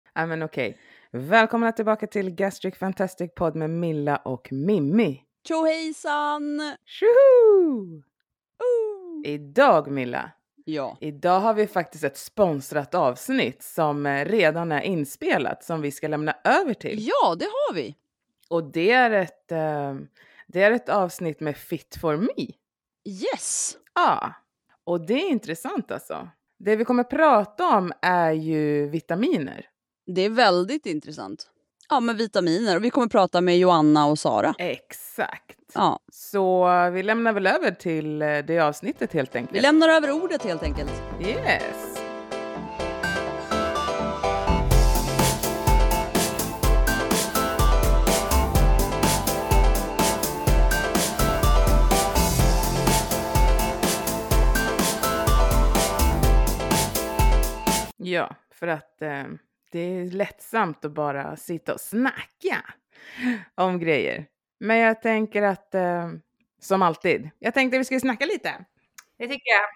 Ja, men okej. Välkomna tillbaka till Gastric Fantastic Podd med Milla och Mimmi. Tjohejsan! Tjoho! Idag, Milla. Ja. Idag har vi faktiskt ett sponsrat avsnitt som redan är inspelat som vi ska lämna över till. Ja, det har vi. Och det är ett avsnitt med Fit for Me. Yes! Ja, och det är intressant alltså. Det vi kommer prata om är ju vitaminer. Det är väldigt intressant. Ja, med vitaminer. Och vi kommer prata med Joanna och Sara. Exakt. Ja. Så vi lämnar väl över till det avsnittet helt enkelt. Vi lämnar över ordet helt enkelt. Yes. Ja, för att det är lättsamt att bara sitta och snacka om grejer. Men jag tänker att, som alltid, jag tänkte att vi skulle snacka lite. Det tycker jag.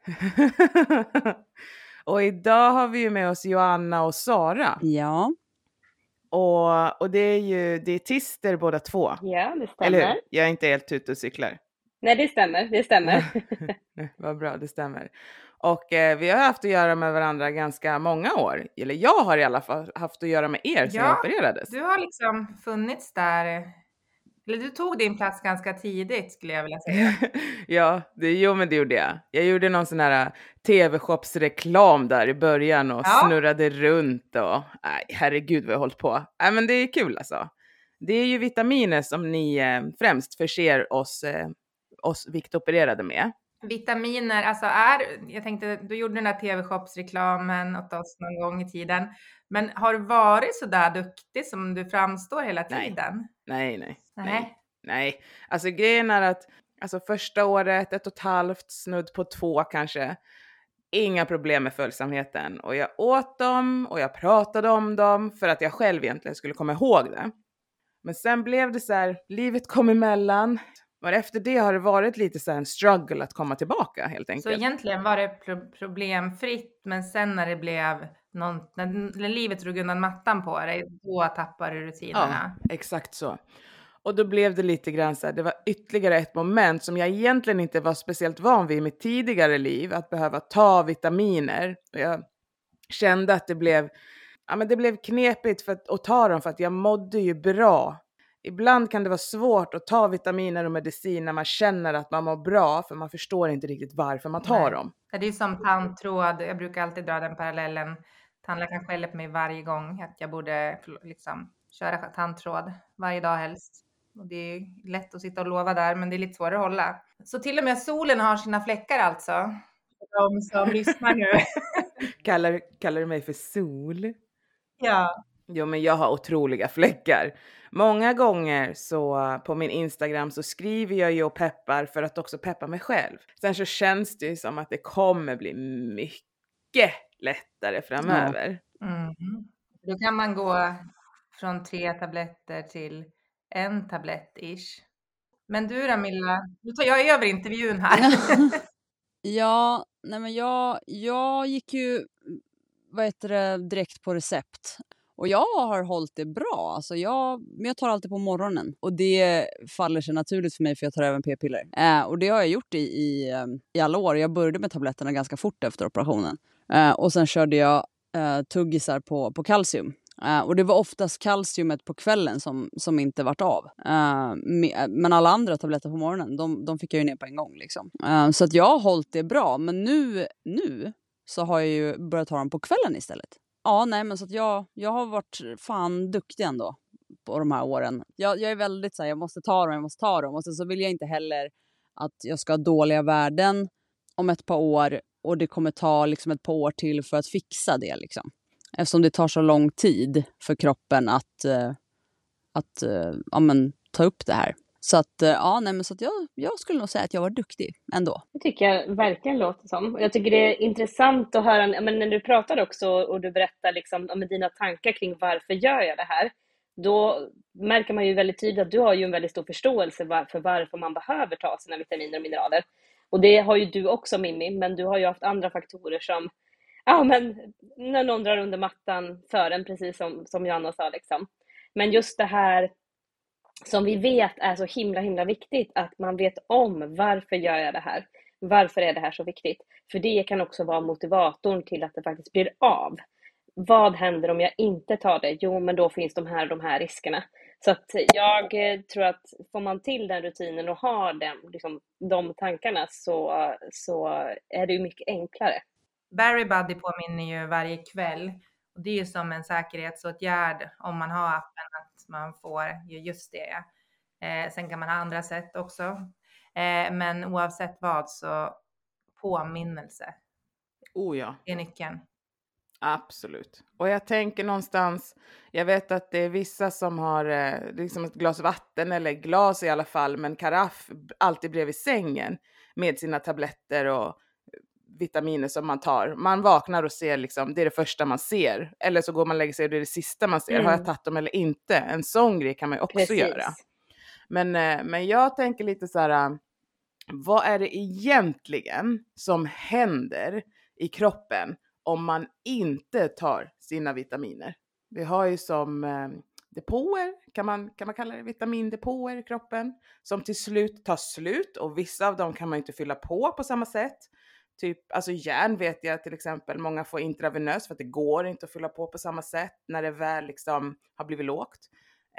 Och idag har vi ju med oss Joanna och Sara. Ja. Och det är ju dietister båda två. Ja, det stämmer. Eller hur? Jag är inte helt ute och cyklar. Nej, det stämmer. Vad bra, det stämmer. Och vi har haft att göra med varandra ganska många år. Eller jag har i alla fall haft att göra med er sen jag opererades. Du har liksom funnits där, eller du tog din plats ganska tidigt skulle jag vilja säga. Ja, men det gjorde jag. Jag gjorde någon sån här TV-shopsreklam där i början och snurrade runt och herregud vad jag har hållit på. Men det är kul alltså. Det är ju vitaminer som ni främst förser oss viktopererade med. Vitaminer, alltså jag tänkte, du gjorde den där TV-shopsreklamen åt oss någon gång i tiden. Men har du varit så där duktig som du framstår hela tiden? Nej. Alltså grejen är att första året, 1,5, snudd på 2 kanske. Inga problem med följsamheten. Och jag åt dem och jag pratade om dem för att jag själv egentligen skulle komma ihåg det. Men sen blev det så här, livet kom emellan. Och efter det har det varit lite så här en struggle att komma tillbaka helt enkelt. Så egentligen var det problemfritt, men sen när det blev när livet drog undan mattan på dig, då tappade du rutinerna. Ja, exakt så. Och då blev det lite grann så här, det var ytterligare ett moment som jag egentligen inte var speciellt van vid i mitt tidigare liv, att behöva ta vitaminer. Och jag kände att det blev knepigt att ta dem för att jag mådde ju bra. Ibland kan det vara svårt att ta vitaminer och medicin när man känner att man mår bra, för man förstår inte riktigt varför man tar dem. Det är som tandtråd, jag brukar alltid dra den parallellen. Tandläkaren skäller på mig varje gång att jag borde liksom köra tandtråd varje dag helst. Och det är lätt att sitta och lova där, men det är lite svårare att hålla. Så till och med solen har sina fläckar alltså. De som lyssnar nu. Kallar du mig för sol? Ja. Jo, men jag har otroliga fläckar. Många gånger så på min Instagram så skriver jag ju och peppar för att också peppa mig själv. Sen så känns det ju som att det kommer bli mycket lättare framöver. Mm. Då kan man gå från 3 tabletter till 1 tablett-ish. Men du då, Milla? Nu tar jag över intervjun här. Ja, nej men jag gick ju direkt på recept. Och jag har hållit det bra. Alltså men jag tar alltid på morgonen. Och det faller sig naturligt för mig, för jag tar även p-piller. Och det har jag gjort i alla år. Jag började med tabletterna ganska fort efter operationen. Och sen körde jag tuggisar på kalcium. Och det var oftast kalciumet på kvällen som inte vart av. Men alla andra tabletter på morgonen, de fick jag ju ner på en gång. Liksom. Så att jag har hållit det bra. Men nu så har jag ju börjat ta dem på kvällen istället. Ja, nej, men så att jag har varit fan duktig ändå på de här åren. Jag är väldigt så här, jag måste ta dem. Och så vill jag inte heller att jag ska ha dåliga värden om ett par år. Och det kommer ta liksom ett par år till för att fixa det liksom. Eftersom det tar så lång tid för kroppen att ta upp det här. Så att, så att jag skulle nog säga att jag var duktig ändå. Det tycker jag verkligen låter som. Och jag tycker det är intressant att höra, men när du pratar också och du berättar liksom om dina tankar kring varför gör jag det här. Då märker man ju väldigt tydligt att du har ju en väldigt stor förståelse för varför man behöver ta sina vitaminer och mineraler. Och det har ju du också, Mimmi, men du har ju haft andra faktorer som Ja, men när någon drar under mattan för en, precis som Joanna sa liksom. Men just det här som vi vet är så himla viktigt, att man vet om varför gör jag det här? Varför är det här så viktigt? För det kan också vara motivatorn till att det faktiskt blir av. Vad händer om jag inte tar det? Jo, men då finns de här riskerna. Så att jag tror att får man till den rutinen och har de tankarna, så är det ju mycket enklare. Berry Buddy påminner ju varje kväll. Och det är ju som en säkerhetsåtgärd om man har appen, att man får just det. Sen kan man ha andra sätt också. Men oavsett vad, så påminnelse. Oh ja. Det är nyckeln. Absolut. Och jag tänker någonstans, jag vet att det är vissa som har liksom ett glas vatten, eller glas i alla fall, men karaff alltid bredvid sängen med sina tabletter och vitaminer som man tar. Man vaknar och ser liksom, det är det första man ser. Eller så går man och lägger sig och det är det sista man ser. Har jag tagit dem eller inte? En sån grej kan man ju också göra. Men jag tänker lite så här, vad är det egentligen som händer i kroppen om man inte tar sina vitaminer? Vi har ju som depåer, kan man kalla det, vitamindepåer i kroppen, som till slut tar slut, och vissa av dem kan man inte fylla på samma sätt. Typ, alltså järn vet jag till exempel, många får intravenöst för att det går inte att fylla på samma sätt när det väl liksom har blivit lågt.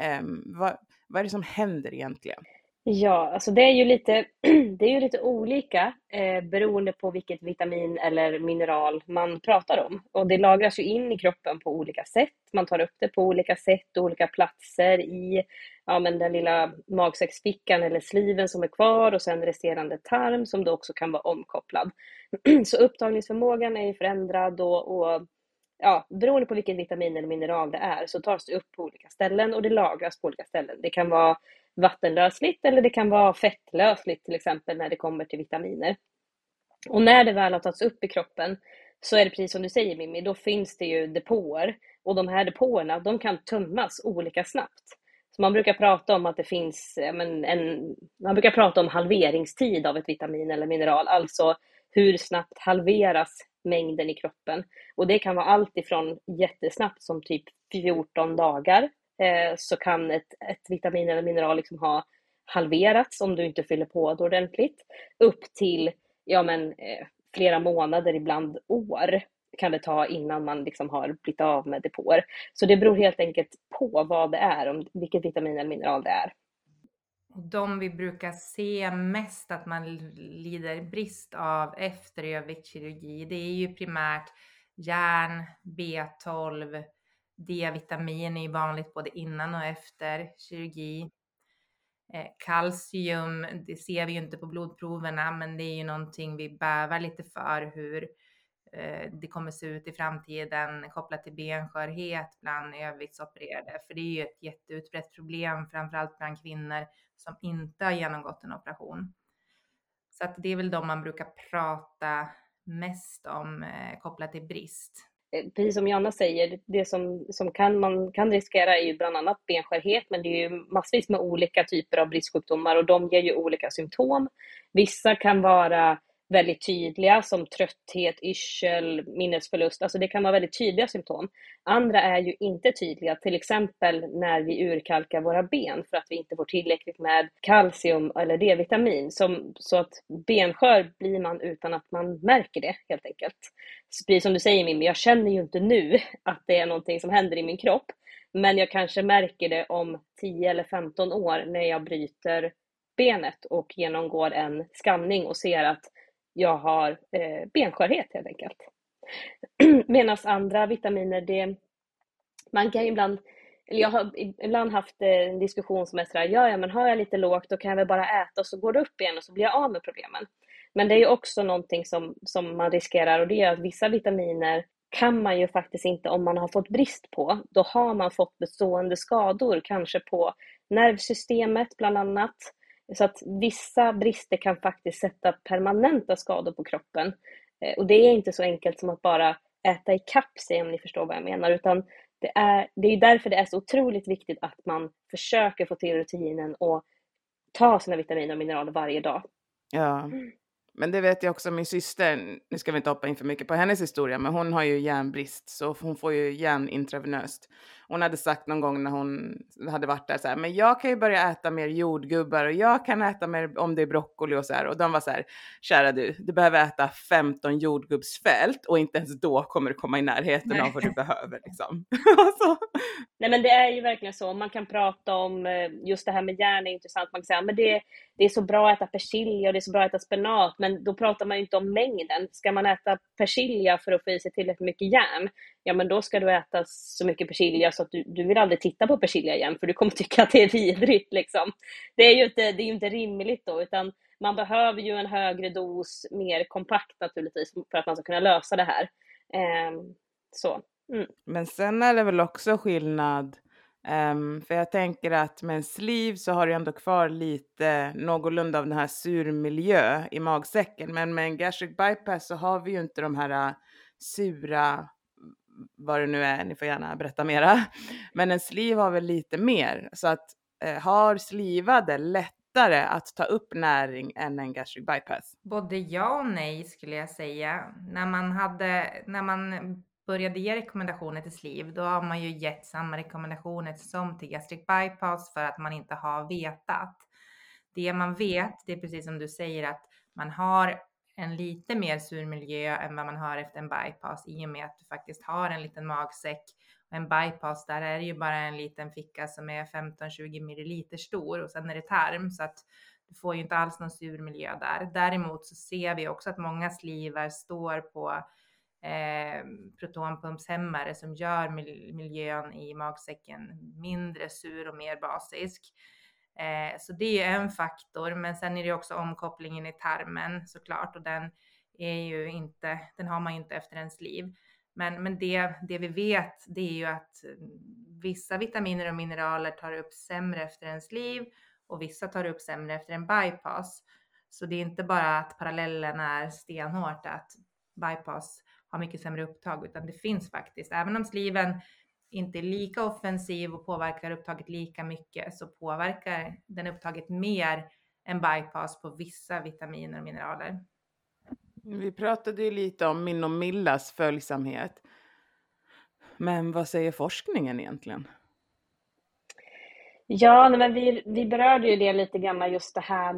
Vad är det som händer egentligen? Ja, alltså det är ju lite olika beroende på vilket vitamin eller mineral man pratar om. Och det lagras ju in i kroppen på olika sätt. Man tar upp det på olika sätt, olika platser i men den lilla magsäcksfickan eller sliven som är kvar, och sen resterande tarm som då också kan vara omkopplad. Så upptagningsförmågan är ju förändrad, och beroende på vilket vitamin eller mineral det är, så tas det upp på olika ställen och det lagras på olika ställen. Det kan vara vattenlösligt eller det kan vara fettlösligt, till exempel när det kommer till vitaminer. Och när det väl har tagits upp i kroppen, så är det precis som du säger, Mimmi, då finns det ju depåer, och de här depåerna, de kan tömmas olika snabbt. Så man brukar prata om att det finns man brukar prata om halveringstid av ett vitamin eller mineral, alltså hur snabbt halveras mängden i kroppen. Och det kan vara allt ifrån jättesnabbt som typ 14 dagar, så kan ett vitamin eller mineral liksom ha halverats om du inte fyller på det ordentligt, upp till flera månader, ibland år kan det ta innan man liksom har blivit av med depåer. Så det beror helt enkelt på vad det är, om vilket vitamin eller mineral det är. De vi brukar se mest att man lider brist av efter överviktskirurgi, det är ju primärt järn, B12, D-vitamin är vanligt både innan och efter kirurgi. Kalcium, det ser vi ju inte på blodproverna, men det är ju någonting vi bävar lite för, hur det kommer se ut i framtiden kopplat till benskörhet bland överviktsopererade. För det är ju ett jätteutbrett problem, framförallt bland kvinnor som inte har genomgått en operation. Så att det är väl de man brukar prata mest om kopplat till brist. Precis som Joanna säger, det som man kan riskera är ju bland annat benskörhet, men det är ju massvis med olika typer av bristsjukdomar, och de ger ju olika symptom. Vissa kan vara väldigt tydliga, som trötthet, yrsel, minnesförlust. Alltså det kan vara väldigt tydliga symptom. Andra är ju inte tydliga, till exempel när vi urkalkar våra ben för att vi inte får tillräckligt med kalcium eller D-vitamin. Så att benskör blir man utan att man märker det, helt enkelt. Precis som du säger, Mimmi, jag känner ju inte nu att det är någonting som händer i min kropp, men jag kanske märker det om 10 eller 15 år när jag bryter benet och genomgår en skanning och ser att jag har benskörhet, helt enkelt. Medan andra vitaminer, man kan ibland, eller jag har ibland haft en diskussion som är sådär, men har jag lite lågt, då kan jag väl bara äta och så går det upp igen och så blir jag av med problemen. Men det är ju också någonting som man riskerar, och det är att vissa vitaminer kan man ju faktiskt inte, om man har fått brist på, då har man fått bestående skador, kanske på nervsystemet bland annat. Så att vissa brister kan faktiskt sätta permanenta skador på kroppen. Och det är inte så enkelt som att bara äta ikapp sig, om ni förstår vad jag menar. Utan det är därför det är så otroligt viktigt att man försöker få till rutinen och ta sina vitaminer och mineraler varje dag. Ja, Men det vet jag också min syster, nu ska vi inte hoppa in för mycket på hennes historia, men hon har ju järnbrist så hon får ju järn intravenöst. Hon hade sagt någon gång när hon hade varit där så här, men jag kan ju börja äta mer jordgubbar och jag kan äta mer om det är broccoli och så här. Och de var så här, kära du behöver äta 15 jordgubbsfält och inte ens då kommer du komma i närheten av vad du behöver liksom. Alltså. Nej, men det är ju verkligen så. Man kan prata om just det här med järn är intressant. Man kan säga men det är så bra att äta persilja och det är så bra att äta spenat. Men då pratar man ju inte om mängden. Ska man äta persilja för att få i sig tillräckligt mycket järn, ja men då ska du äta så mycket persilja så att du vill aldrig titta på persilja igen. För du kommer tycka att det är vidrigt liksom. Det är ju inte rimligt då, utan man behöver ju en högre dos, mer kompakt naturligtvis, för att man ska kunna lösa det här. Så. Mm. Men sen är det väl också skillnad, för jag tänker att med en sleeve så har du ändå kvar lite någorlunda av den här surmiljö i magsäcken. Men med en gastric bypass så har vi ju inte de här sura, vad det nu är, ni får gärna berätta mera. Men en sleeve har väl lite mer, så att har slivade lättare att ta upp näring än en gastric bypass? Både ja och nej skulle jag säga. När man började ge rekommendationer till sleeve, då har man ju gett samma rekommendationer som till gastric bypass för att man inte har vetat. Det man vet, det är precis som du säger, att man har en lite mer sur miljö än vad man har efter en bypass, i och med att du faktiskt har en liten magsäck. Och en bypass, där är det ju bara en liten ficka som är 15-20 milliliter stor och sen är det tarm, så att du får ju inte alls någon sur miljö där. Däremot så ser vi också att många slivar står på protonpumpshämmare som gör miljön i magsäcken mindre sur och mer basisk. Så det är en faktor, men sen är det också omkopplingen i tarmen såklart, och den har man inte efter en sleeve. Men det vi vet, det är ju att vissa vitaminer och mineraler tar upp sämre efter en sleeve och vissa tar upp sämre efter en bypass. Så det är inte bara att parallellen är stenhårt att bypass har mycket sämre upptag, utan det finns faktiskt, även om sleeven inte är lika offensiv och påverkar upptaget lika mycket, så påverkar den upptaget mer än bypass på vissa vitaminer och mineraler. Vi pratade ju lite om min och Millas följsamhet. Men vad säger forskningen egentligen? Ja, men vi berörde ju det lite grann, just det här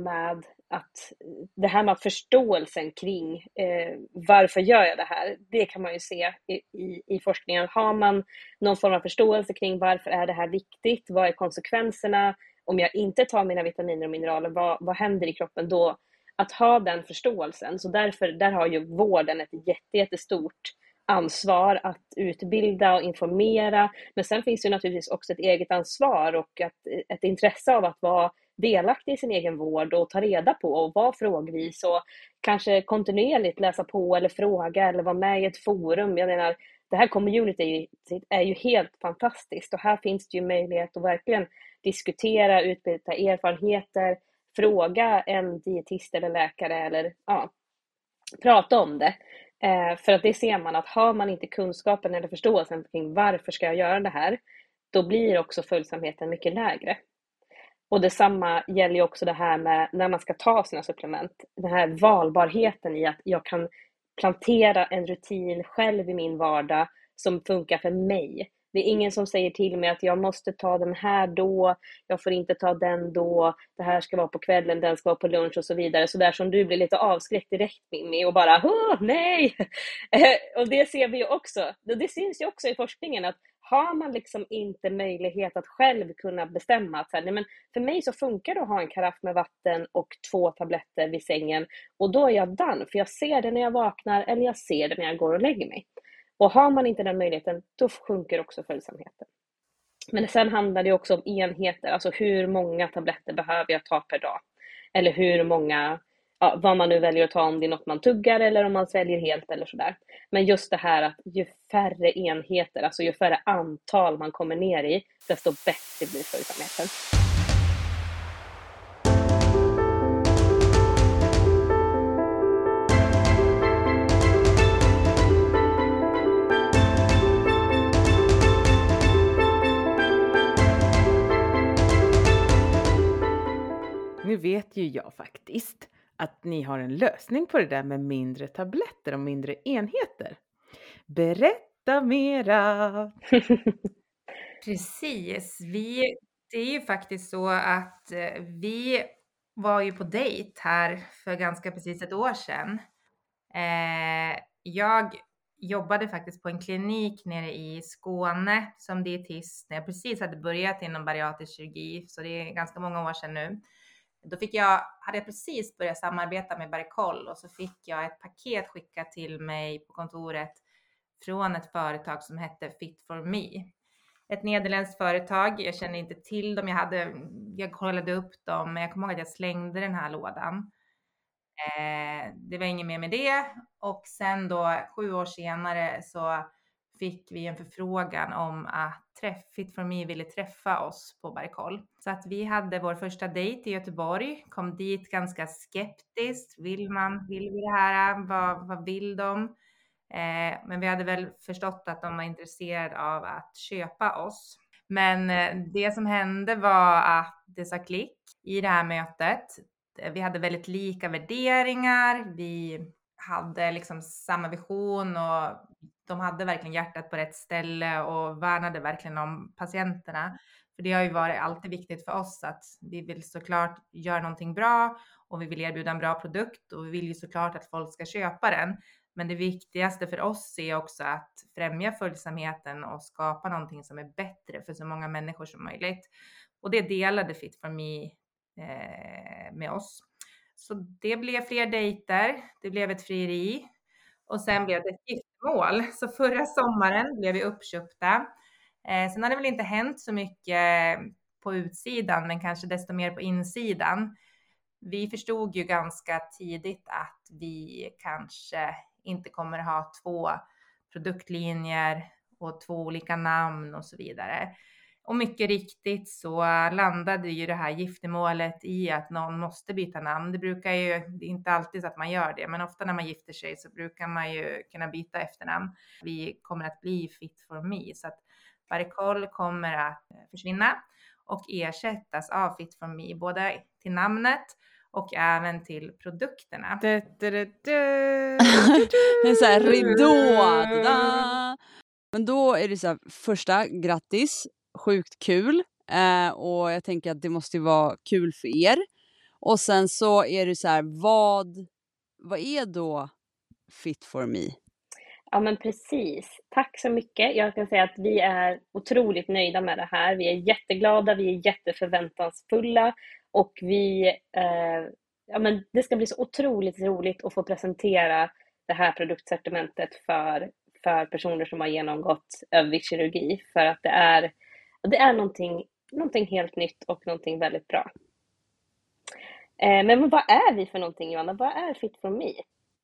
med förståelsen kring varför gör jag det här. Det kan man ju se i forskningen. Har man någon form av förståelse kring varför är det här viktigt? Vad är konsekvenserna om jag inte tar mina vitaminer och mineraler? Vad händer i kroppen då? Att ha den förståelsen. Så där har ju vården ett jättestort ansvar att utbilda och informera. Men sen finns det naturligtvis också ett eget ansvar och ett intresse av att vara delaktig i sin egen vård och ta reda på och vara frågvis och kanske kontinuerligt läsa på eller fråga eller vara med i ett forum. Jag menar, det här community är ju helt fantastiskt och här finns det ju möjlighet att verkligen diskutera, utbyta erfarenheter, fråga en dietist eller läkare eller prata om det. För att det ser man att har man inte kunskapen eller förståelsen kring varför ska jag göra det här, då blir också följsamheten mycket lägre. Och detsamma gäller ju också det här med när man ska ta sina supplement. Den här valbarheten i att jag kan plantera en rutin själv i min vardag som funkar för mig. Det är ingen som säger till mig att jag måste ta den här då, jag får inte ta den då, det här ska vara på kvällen, den ska vara på lunch och så vidare. Så där som du blir lite avskräckt direkt med och bara, nej! Och det ser vi ju också, det syns ju också i forskningen att har man liksom inte möjlighet att själv kunna bestämma att nej, men för mig så funkar det att ha en karaff med vatten och 2 tabletter vid sängen och då är jag done, för jag ser det när jag vaknar eller jag ser det när jag går och lägger mig. Och har man inte den möjligheten, då sjunker också följsamheten. Men sen handlar det också om enheter, alltså hur många tabletter behöver jag ta per dag? Eller hur många, vad man nu väljer att ta, om det är något man tuggar eller om man sväljer helt eller sådär. Men just det här att ju färre enheter, alltså ju färre antal man kommer ner i, desto bättre blir följsamheten. Nu vet ju jag faktiskt att ni har en lösning på det där med mindre tabletter och mindre enheter. Berätta mera! Precis. Det är ju faktiskt så att vi var ju på dejt här för ganska precis ett år sedan. Jag jobbade faktiskt på en klinik nere i Skåne som dietist när jag precis hade börjat inom bariatrisk kirurgi, så det är ganska många år sedan nu. Då hade jag precis börjat samarbeta med Baricol och så fick jag ett paket skickat till mig på kontoret från ett företag som hette Fit for Me. Ett nederländskt företag, jag kände inte till dem, jag kollade upp dem, men jag kommer ihåg att jag slängde den här lådan. Det var inget mer med det, och sen då 7 år senare så fick vi en förfrågan om att Fit for Me ville träffa oss på Baricol. Så att vi hade vår första dejt i Göteborg, kom dit ganska skeptiskt. Vill vi det här? Vad vill de? Men vi hade väl förstått att de var intresserade av att köpa oss. Men det som hände var att det sa klick i det här mötet. Vi hade väldigt lika värderingar. Vi hade liksom samma vision och de hade verkligen hjärtat på rätt ställe och värnade verkligen om patienterna. För det har ju varit alltid viktigt för oss att vi vill såklart göra någonting bra och vi vill erbjuda en bra produkt och vi vill ju såklart att folk ska köpa den. Men det viktigaste för oss är också att främja följsamheten och skapa någonting som är bättre för så många människor som möjligt. Och det delade Fit for Me med oss. Så det blev fler dejter, det blev ett frieri och sen blev det ett giftermål. Så förra sommaren blev vi uppköpta. Sen har det väl inte hänt så mycket på utsidan, men kanske desto mer på insidan. Vi förstod ju ganska tidigt att vi kanske inte kommer ha 2 produktlinjer och 2 olika namn och så vidare. Och mycket riktigt så landade ju det här giftermålet i att någon måste byta namn. Det är inte alltid så att man gör det, men ofta när man gifter sig så brukar man ju kunna byta efternamn. Vi kommer att bli Fit for Me, så att Baricol kommer att försvinna och ersättas av Fit for Me, både till namnet och även till produkterna. Det är så här ridå. Men då är det så här, första, grattis. Sjukt kul. Och jag tänker att det måste ju vara kul för er. Och sen så är det så här, vad är då Fit for Me? Ja, men precis. Tack så mycket. Jag kan säga att vi är otroligt nöjda med det här. Vi är jätteglada, vi är jätteförväntansfulla och det ska bli så otroligt roligt att få presentera det här produktsortimentet för personer som har genomgått överviktskirurgi, för att det är någonting helt nytt och någonting väldigt bra. Men vad är vi för någonting, Johanna? Vad är Fit for Me?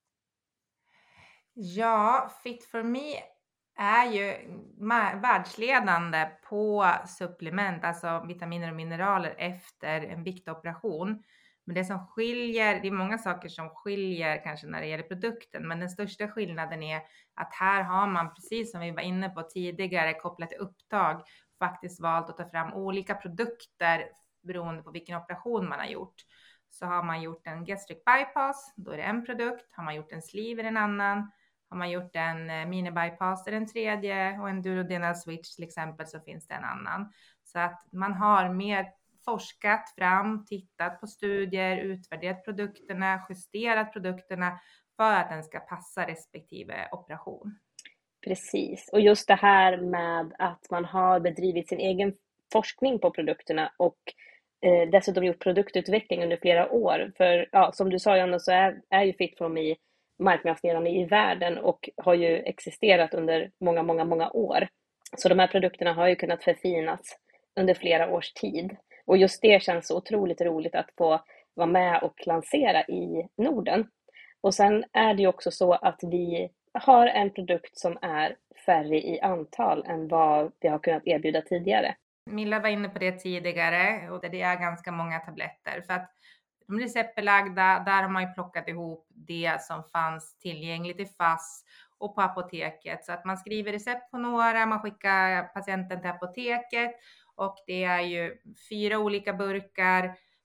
Ja, Fit for Me är ju världsledande på supplement, alltså vitaminer och mineraler efter en viktoperation. Men det som skiljer, det är många saker som skiljer kanske när det gäller produkten, men den största skillnaden är att här har man, precis som vi var inne på tidigare, kopplat till upptag, faktiskt valt att ta fram olika produkter beroende på vilken operation man har gjort. Så har man gjort en gastric bypass, då är det en produkt. Har man gjort en sleeve är det en annan. Har man gjort en mini bypass är det en tredje, och en duodenal switch till exempel så finns det en annan. Så att man har mer forskat fram, tittat på studier, utvärderat produkterna, justerat produkterna för att den ska passa respektive operation. Precis, och just det här med att man har bedrivit sin egen forskning på produkterna och dessutom gjort produktutveckling under flera år. För som du sa, Johanna, så är ju Fit for Me marknadsledande i världen och har ju existerat under många år. Så de här produkterna har ju kunnat förfinas under flera års tid. Och just det känns så otroligt roligt att få vara med och lansera i Norden. Och sen är det ju också så att vi har en produkt som är färre i antal än vad vi har kunnat erbjuda tidigare. Milla var inne på det tidigare, och det är ganska många tabletter. För att de är receptbelagda, där har man ju plockat ihop det som fanns tillgängligt i FASS och på apoteket. Så att man skriver recept på några, man skickar patienten till apoteket och det är ju 4 olika burkar,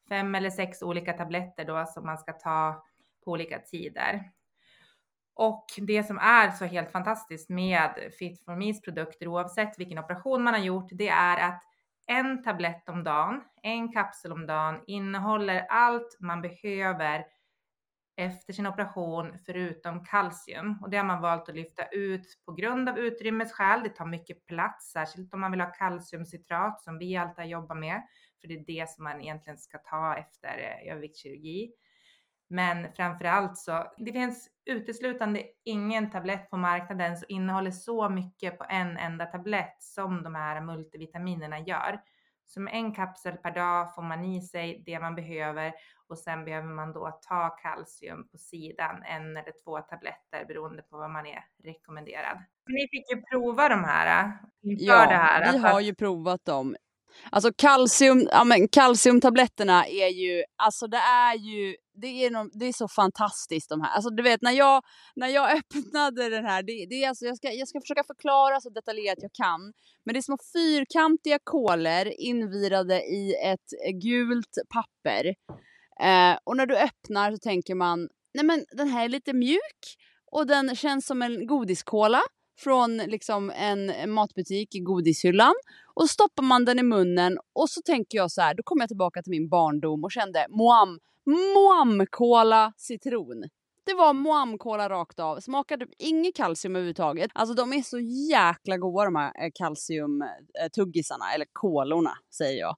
5 eller 6 olika tabletter då som man ska ta på olika tider. Och det som är så helt fantastiskt med Fit for Me's produkter, oavsett vilken operation man har gjort, det är att en tablett om dagen, en kapsel om dagen innehåller allt man behöver efter sin operation förutom kalcium. Och det har man valt att lyfta ut på grund av utrymmesskäl. Det tar mycket plats, särskilt om man vill ha kalciumcitrat som vi alltid jobbar med. För det är det som man egentligen ska ta efter överviktskirurgi. Men framförallt så, det finns uteslutande ingen tablett på marknaden som innehåller så mycket på en enda tablett som de här multivitaminerna gör. Så med en kapsel per dag får man i sig det man behöver och sen behöver man då ta kalcium på sidan, 1 eller 2 tabletter beroende på vad man är rekommenderad. Ni fick ju prova de här inför det här. Vi har ju provat dem. Alltså kalciumtabletterna är ju, alltså det är så fantastiskt de här. Alltså du vet när jag öppnade den här, det är alltså jag ska försöka förklara så detaljerat jag kan. Men det är små fyrkantiga kolor invirade i ett gult papper. Och när du öppnar så tänker man, nej men den här är lite mjuk och den känns som en godiskola från liksom en matbutik i godishyllan. Och så stoppar man den i munnen och så tänker jag så här, då kommer jag tillbaka till min barndom och kände Moam-cola citron. Det var Moam-cola rakt av. Smakade inget kalcium överhuvudtaget. Alltså de är så jäkla goda de här kalciumtuggisarna, eller kolorna säger jag.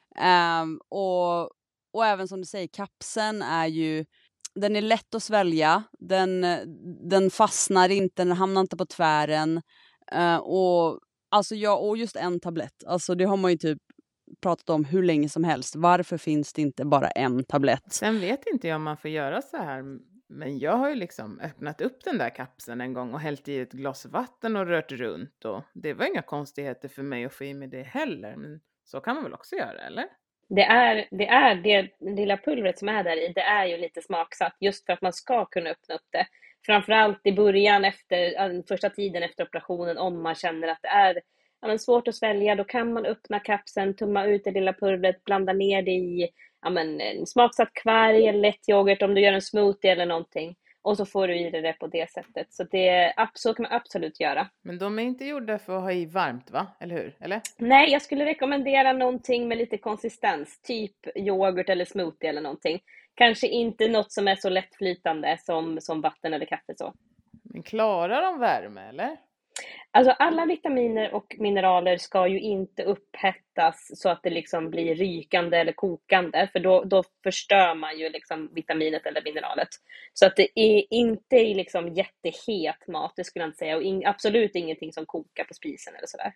Och även som du säger, kapseln är ju, den är lätt att svälja. Den fastnar inte, den hamnar inte på tvären. Och just en tablett. Alltså det har man ju typ pratat om hur länge som helst. Varför finns det inte bara en tablett? Sen vet inte jag om man får göra så här. Men jag har ju liksom öppnat upp den där kapseln en gång och hällt i ett glas vatten och rört runt. Och det var inga konstigheter för mig att få i mig det heller. Men så kan man väl också göra, eller? Det lilla pulvret som är där i, det är ju lite smaksatt just för att man ska kunna öppna upp det. Framförallt i början efter första tiden efter operationen, om man känner att det är svårt att svälja, då kan man öppna kapseln, tumma ut det lilla pulvret, blanda ner det i en smaksatt kvarg eller lätt yoghurt om du gör en smoothie eller någonting. Och så får du i det på det sättet. Så så kan man absolut göra. Men de är inte gjorda för att ha i varmt, va? Eller hur? Eller? Nej, jag skulle rekommendera någonting med lite konsistens. Typ yoghurt eller smoothie eller någonting. Kanske inte något som är så lättflytande som vatten eller kaffe så. Men klarar de värme, eller? Alltså alla vitaminer och mineraler ska ju inte upphettas så att det liksom blir rykande eller kokande. För då förstör man ju liksom vitaminet eller mineralet. Så att det är inte liksom jättehet mat, det skulle jag inte säga. Och absolut ingenting som kokar på spisen eller sådär.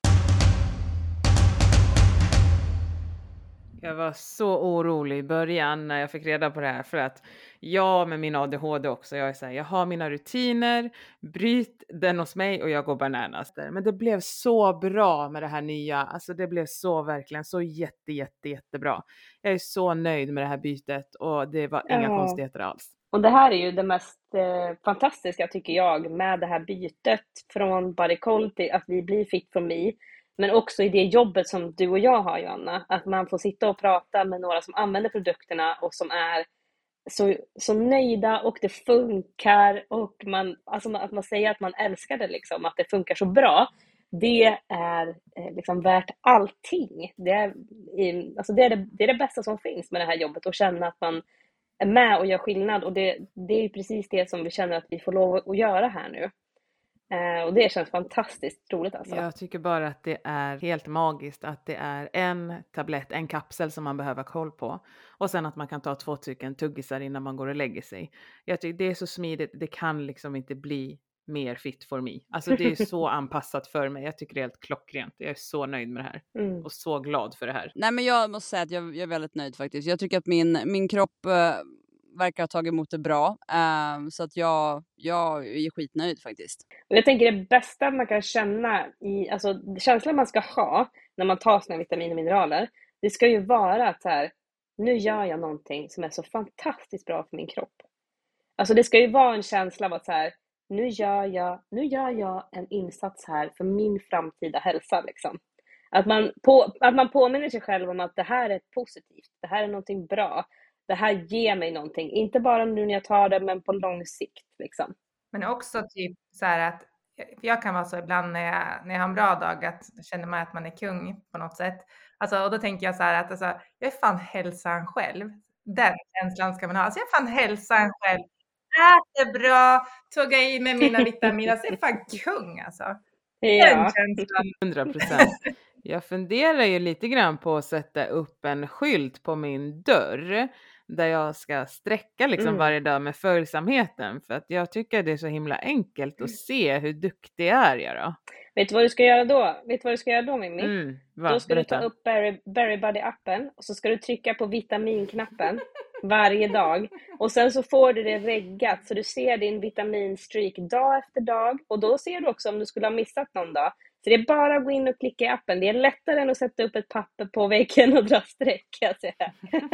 Jag var så orolig i början när jag fick reda på det här. För att jag med min ADHD också, jag är så här, jag har mina rutiner, bryt den hos mig och jag går bananas där. Men det blev så bra med det här nya. Alltså det blev så verkligen så jättebra. Jag är så nöjd med det här bytet och det var inga konstigheter alls. Och det här är ju det mest fantastiska tycker jag med det här bytet från Bodycold till att vi blir Fit for Me. Men också i det jobbet som du och jag har, Joanna, att man får sitta och prata med några som använder produkterna och som är så nöjda och det funkar och att man säger att man älskar det liksom, att det funkar så bra. Det är liksom värt allting. Det är det bästa som finns med det här jobbet, och känna att man är med och gör skillnad, och det är precis det som vi känner att vi får lov att göra här nu. Och det känns fantastiskt roligt alltså. Jag tycker bara att det är helt magiskt att det är en tablett, en kapsel som man behöver koll på. Och sen att man kan ta 2 stycken tuggisar innan man går och lägger sig. Jag tycker det är så smidigt, det kan liksom inte bli mer Fit for Me. Alltså det är så anpassat för mig. Jag tycker det är helt klockrent. Jag är så nöjd med det här. Och så glad för det här. Nej men jag måste säga att jag är väldigt nöjd faktiskt. Jag tycker att min kropp verkar ha tagit emot det bra. Så att jag är skitnöjd faktiskt. Och jag tänker det bästa man kan känna alltså känslan man ska ha när man tar sina vitaminer och mineraler, det ska ju vara att så här, nu gör jag någonting som är så fantastiskt bra för min kropp. Alltså det ska ju vara en känsla av att så här, nu gör jag en insats här för min framtida hälsa liksom. Att man påminner sig själv om att det här är positivt, det här är någonting bra, det här ger mig någonting. Inte bara nu när jag tar det, men på lång sikt liksom. Men också typ så här att jag kan vara så ibland när jag har en bra dag att känner man att man är kung på något sätt. Alltså, och då tänker jag så här att alltså, jag är fan hälsan själv. Den känslan ska man ha. Alltså jag är fan hälsan själv. Äter bra, tugga i med mina vitaminer. Alltså jag är fan kung alltså. Den Ja. känslan. 100%. Jag funderar ju lite grann på att sätta upp en skylt på min dörr där jag ska sträcka liksom varje dag med följsamheten, för att jag tycker det är så himla enkelt att se hur duktig är jag då. Vet du vad du ska göra då? Vet du vad du ska göra då, Mimmi? Då ska du ta Berätta. upp Berrybody-appen och så ska du trycka på vitaminknappen varje dag. Och sen så får du det reggat så du ser din vitaminstreak dag efter dag. Och då ser du också om du skulle ha missat någon dag. Så det är bara att gå in och klicka i appen. Det är lättare än att sätta upp ett papper på väggen och dra streck, kan jag säga.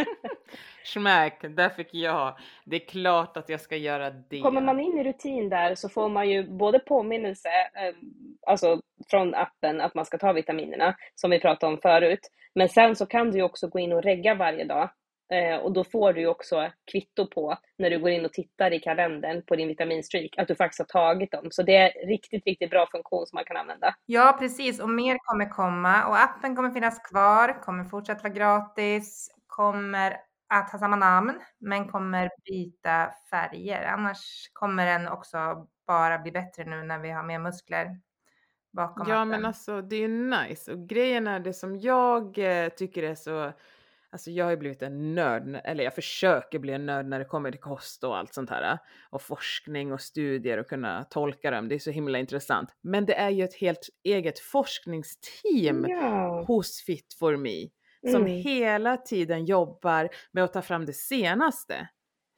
Schmack, där fick jag. Det är klart att jag ska göra det. Kommer man in i rutin där så får man ju både påminnelse alltså från appen att man ska ta vitaminerna som vi pratade om förut. Men sen så kan du ju också gå in och regga varje dag. Och då får du ju också kvitto på när du går in och tittar i kalendern på din vitaminstreak att du faktiskt har tagit dem. Så det är riktigt, riktigt bra funktion som man kan använda. Ja, precis. Och mer kommer komma. Och appen kommer finnas kvar. Kommer fortsatt vara gratis. Kommer att ha samma namn. Men kommer byta färger. Annars kommer den också bara bli bättre nu när vi har mer muskler bakom Ja, appen. men alltså det är ju nice. Och grejen är det som jag tycker är så... Alltså jag har ju blivit en nörd, eller jag försöker bli en nörd när det kommer till kost och allt sånt här. Och forskning och studier och kunna tolka dem. Det är så himla intressant. Men det är ju ett helt eget forskningsteam hos Fit4Me. Som hela tiden jobbar med att ta fram det senaste.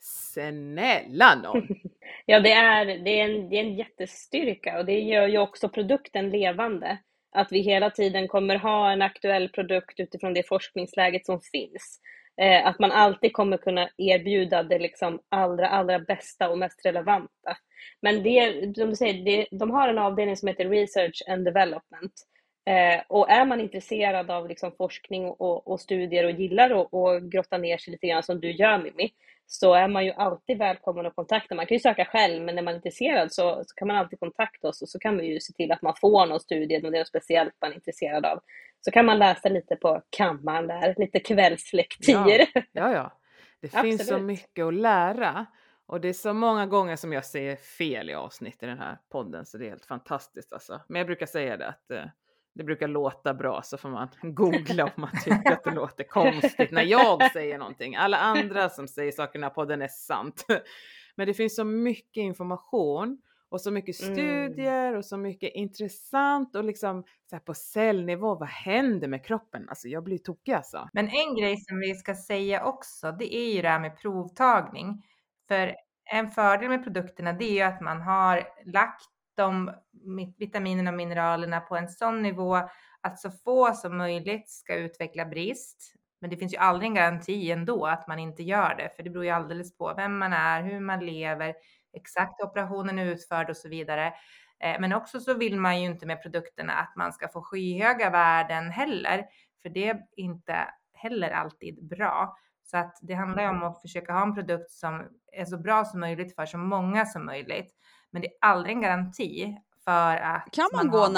Snälla någon! Ja, det är en jättestyrka och det gör ju också produkten levande. Att vi hela tiden kommer ha en aktuell produkt utifrån det forskningsläget som finns. Att man alltid kommer kunna erbjuda det liksom allra bästa och mest relevanta. Men det, som du säger, de har en avdelning som heter Research and Development. Och är man intresserad av liksom forskning och studier och gillar att grotta ner sig lite grann som du gör, Mimmi, så är man ju alltid välkommen att kontakta. Man kan ju söka själv, men när man är intresserad så kan man alltid kontakta oss och så kan vi ju se till att man får någon studie, och det är något speciellt man är intresserad av. Så kan man läsa lite på kammaren där, lite kvällslektyr. Ja. Det finns så mycket att lära. Och det är så många gånger som jag säger fel i avsnitt i den här podden, så det är helt fantastiskt alltså. Men jag brukar säga det att det brukar låta bra, så får man googla om man tycker att det låter konstigt när jag säger någonting. Alla andra som säger saker i den här podden är sant. Men det finns så mycket information och så mycket studier och så mycket intressant och liksom så här på cellnivå, vad händer med kroppen? Alltså jag blir tokig alltså. Men en grej som vi ska säga också, det är ju det här med provtagning. För en fördel med produkterna, det är ju att man har lagt de vitaminerna och mineralerna på en sån nivå att så få som möjligt ska utveckla brist. Men det finns ju aldrig en garanti ändå att man inte gör det. För det beror ju alldeles på vem man är, hur man lever, exakt operationen är utförd och så vidare. Men också så vill man ju inte med produkterna att man ska få skyhöga värden heller. För det är inte heller alltid bra. Så att det handlar ju om att försöka ha en produkt som är så bra som möjligt för så många som möjligt. Men det är aldrig en garanti för att kan man gå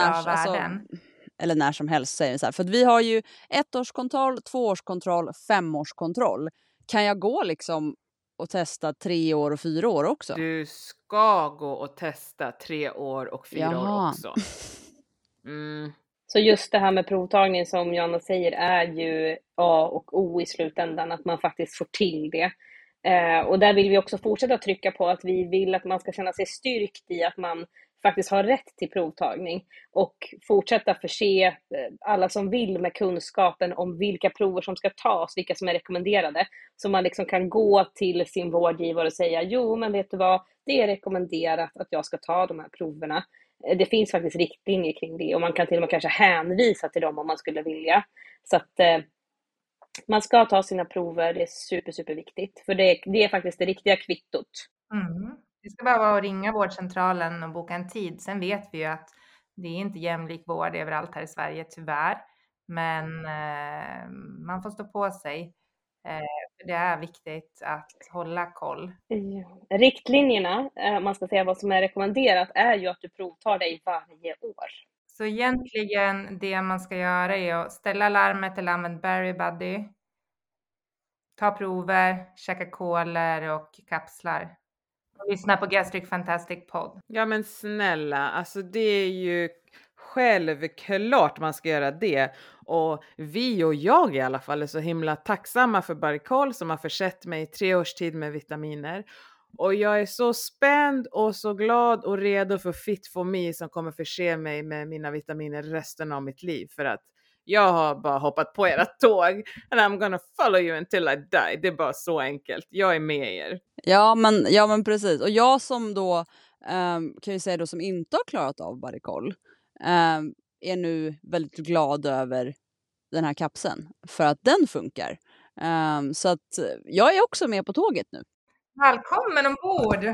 eller när som helst, säger så här. För att vi har ju 1-årskontroll, 2-årskontroll, 5-årskontroll. Kan jag gå liksom och testa 3 år och 4 år också? Du ska gå och testa 3 år och 4 år också. Så just det här med provtagning som Johanna säger är ju A och O i slutändan, att man faktiskt får till det. Och där vill vi också fortsätta trycka på att vi vill att man ska känna sig styrkt i att man faktiskt har rätt till provtagning och fortsätta förse alla som vill med kunskapen om vilka prover som ska tas, vilka som är rekommenderade, så man liksom kan gå till sin vårdgivare och säga jo men vet du vad, det är rekommenderat att jag ska ta de här proverna. Det finns faktiskt riktlinjer kring det och man kan till och med kanske hänvisa till dem om man skulle vilja. Så att man ska ta sina prover, det är super viktigt. För det är faktiskt det riktiga kvittot. Det ska bara vara att ringa vårdcentralen och boka en tid. Sen vet vi ju att det är inte jämlik vård överallt här i Sverige, tyvärr. Men man får stå på sig. För det är viktigt att hålla koll. Ja. Riktlinjerna, om man ska säga vad som är rekommenderat, är ju att du provtar dig varje år. Så egentligen det man ska göra är att ställa larmet eller använda Berry Buddy. Ta prover, käka kolor och kapslar. Och lyssna på Gastric Fantastic podd. Ja men snälla, alltså det är ju självklart man ska göra det. Och vi och jag i alla fall är så himla tacksamma för Barricol som har försett mig i 3 års tid med vitaminer. Och jag är så spänd och så glad och redo för Fit for Me som kommer förse mig med mina vitaminer resten av mitt liv. För att jag har bara hoppat på era tåg. And I'm gonna follow you until I die. Det är bara så enkelt. Jag är med er. Ja men precis. Och jag som då kan ju säga då som inte har klarat av Barricol är nu väldigt glad över den här kapseln. För att den funkar. Så att jag är också med på tåget nu. Välkommen ombord!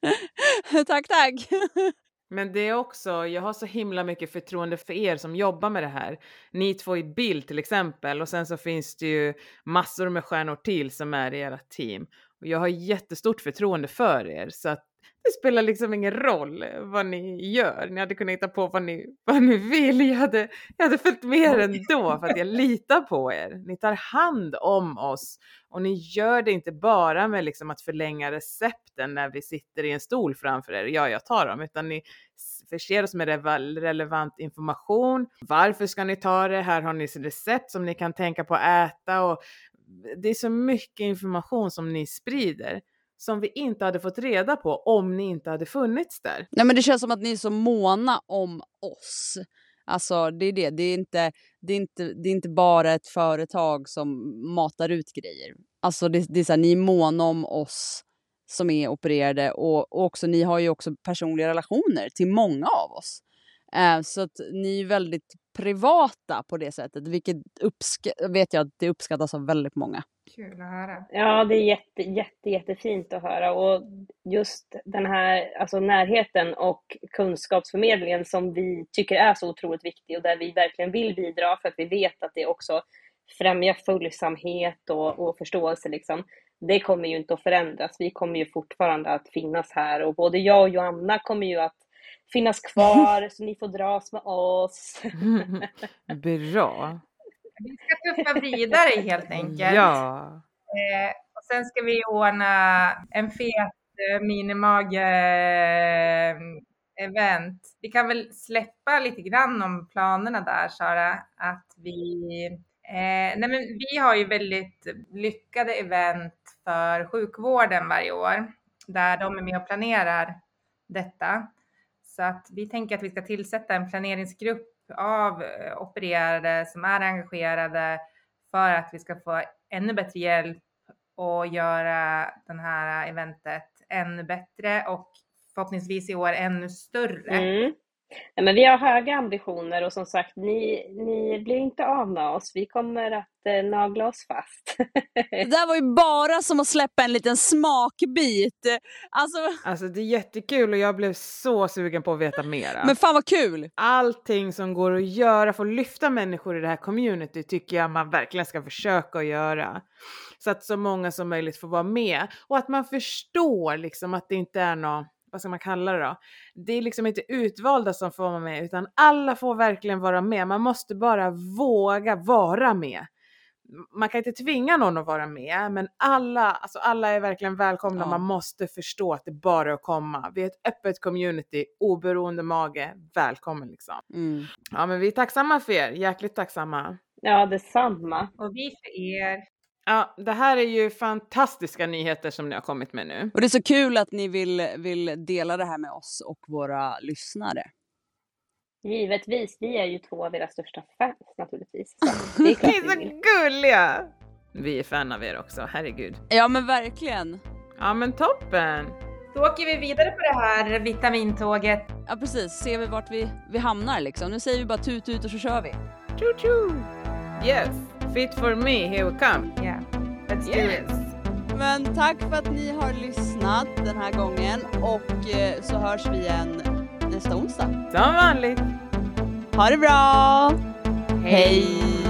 Tack. Men det är också, jag har så himla mycket förtroende för er som jobbar med det här. Ni 2 i bild till exempel. Och sen så finns det ju massor med stjärnor till som är i era team. Och jag har jättestort förtroende för er. Så att det spelar liksom ingen roll vad ni gör. Ni hade kunnat hitta på vad ni vill. Jag hade följt med er ändå för att jag litar på er. Ni tar hand om oss. Och ni gör det inte bara med liksom att förlänga recepten när vi sitter i en stol framför er. Ja, jag tar dem. Utan ni förser oss med relevant information. Varför ska ni ta det? Här har ni recept som ni kan tänka på att äta. Och det är så mycket information som ni sprider. Som vi inte hade fått reda på om ni inte hade funnits där. Nej, men det känns som att ni är så måna om oss. Alltså det är det. Det är inte bara ett företag som matar ut grejer. Alltså det är så här, ni är måna om oss som är opererade. Och också, ni har ju också personliga relationer till många av oss. Så att ni är väldigt privata på det sättet. Vilket vet jag att det uppskattas av väldigt många. Kul att höra. Ja, det är jättefint att höra. Och just den här alltså närheten och kunskapsförmedlingen som vi tycker är så otroligt viktig och där vi verkligen vill bidra för att vi vet att det också främjar följsamhet och förståelse liksom. Det kommer ju inte att förändras. Vi kommer ju fortfarande att finnas här och både jag och Joanna kommer ju att finnas kvar så ni får dras med oss. Bra. Vi ska tuffa vidare helt enkelt. Ja. Och sen ska vi ordna en fet minimage-event. Vi kan väl släppa lite grann om planerna där, Sara. Att vi har ju väldigt lyckade event för sjukvården varje år. Där de är med och planerar detta. Så att vi tänker att vi ska tillsätta en planeringsgrupp av opererade som är engagerade för att vi ska få ännu bättre hjälp och göra den här eventet ännu bättre och förhoppningsvis i år ännu större. Mm. Ja, men vi har höga ambitioner och som sagt, ni blir inte av med oss. Vi kommer att nagla oss fast. Det där var ju bara som att släppa en liten smakbit. Alltså det är jättekul och jag blev så sugen på att veta mera. Men fan vad kul! Allting som går att göra för att lyfta människor i det här community tycker jag man verkligen ska försöka att göra. Så att så många som möjligt får vara med. Och att man förstår liksom att det inte är något, vad ska man kalla det då? Det är liksom inte utvalda som får vara med utan alla får verkligen vara med. Man måste bara våga vara med. Man kan inte tvinga någon att vara med, men alla är verkligen välkomna. Ja. Man måste förstå att det bara är att komma. Vi är ett öppet community, oberoende mage, välkommen liksom. Mm. Ja, men vi är tacksamma för er, jäkligt tacksamma. Ja, detsamma. Och vi för er. Ja, det här är ju fantastiska nyheter som ni har kommit med nu. Och det är så kul att ni vill dela det här med oss och våra lyssnare. Givetvis, vi är ju 2 av era största fans naturligtvis. Så det är ni är så gulliga! Vi är fan av er också, herregud. Ja men verkligen. Ja men toppen. Då åker vi vidare på det här vitamintåget. Ja precis, ser vi vart vi hamnar liksom. Nu säger vi bara tut ut och så kör vi. Tut tut. Yes, fit for me, here we come. Yeah, let's do it. Men tack för att ni har lyssnat den här gången och så hörs vi igen nästa onsdag. Som vanligt. Ha det bra! Hej!